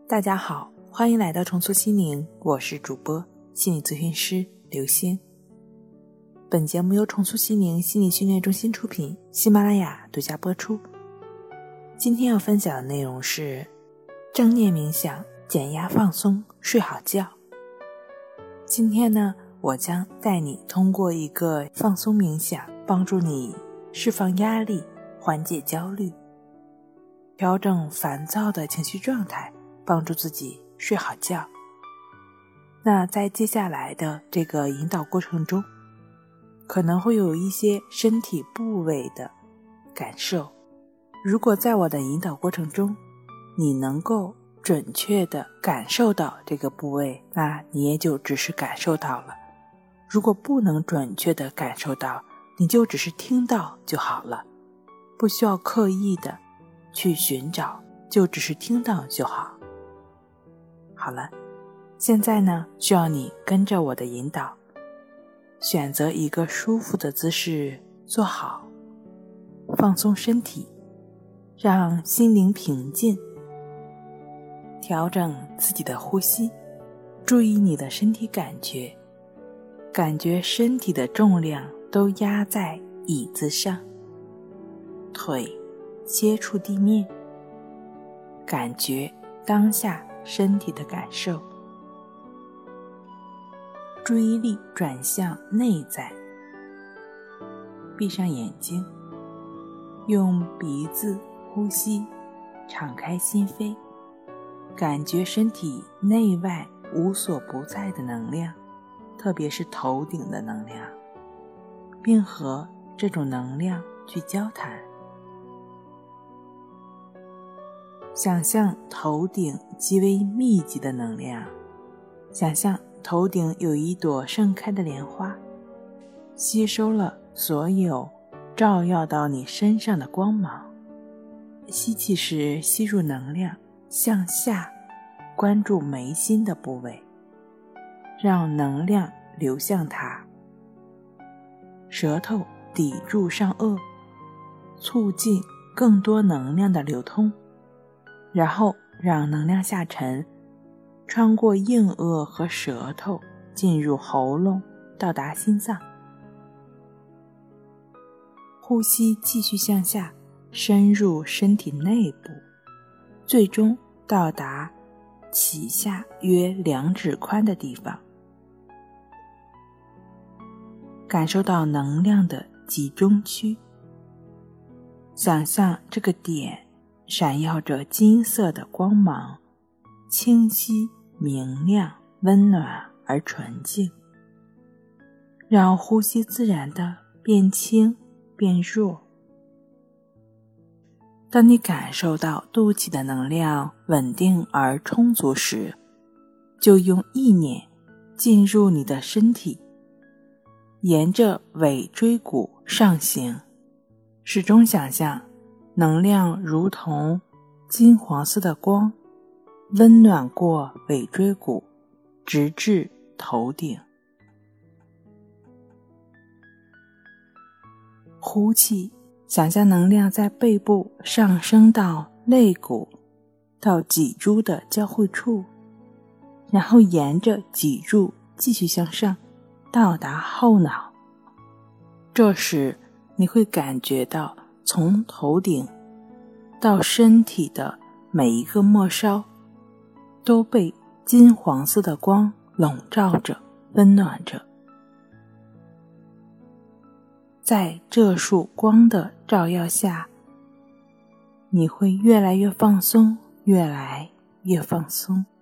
大家好，欢迎来到重塑心灵，我是主播心理咨询师刘欣。本节目由重塑心灵心理训练中心出品，喜马拉雅独家播出。今天要分享的内容是正念冥想，减压放松，睡好觉。今天呢，我将带你通过一个放松冥想，帮助你释放压力，缓解焦虑，调整烦躁的情绪状态，帮助自己睡好觉。那在接下来的这个引导过程中，可能会有一些身体部位的感受。如果在我的引导过程中，你能够准确地感受到这个部位，那你也就只是感受到了。如果不能准确地感受到，你就只是听到就好了，不需要刻意的去寻找，就只是听到就好。好了，现在呢，需要你跟着我的引导，选择一个舒服的姿势坐好，放松身体，让心灵平静，调整自己的呼吸，注意你的身体感觉，感觉身体的重量都压在椅子上，腿接触地面，感觉当下身体的感受，注意力转向内在，闭上眼睛，用鼻子呼吸，敞开心扉，感觉身体内外无所不在的能量，特别是头顶的能量，并和这种能量去交谈。想象头顶极为密集的能量，想象头顶有一朵盛开的莲花，吸收了所有照耀到你身上的光芒。吸气时吸入能量，向下关注眉心的部位，让能量流向它。舌头抵住上颚，促进更多能量的流通，然后让能量下沉，穿过硬腭和舌头，进入喉咙，到达心脏。呼吸继续向下，深入身体内部，最终到达脐下约2指宽的地方。感受到能量的集中区，想象这个点闪耀着金色的光芒，清晰、明亮、温暖而纯净。让呼吸自然地变轻变弱。当你感受到肚脐的能量稳定而充足时，就用意念进入你的身体，沿着尾椎骨上行，始终想象能量如同金黄色的光，温暖过尾椎骨，直至头顶。呼气，想象能量在背部上升到肋骨，到脊柱的交汇处，然后沿着脊柱继续向上，到达后脑。这时你会感觉到从头顶到身体的每一个末梢都被金黄色的光笼罩着，温暖着。在这束光的照耀下，你会越来越放松，越来越放松。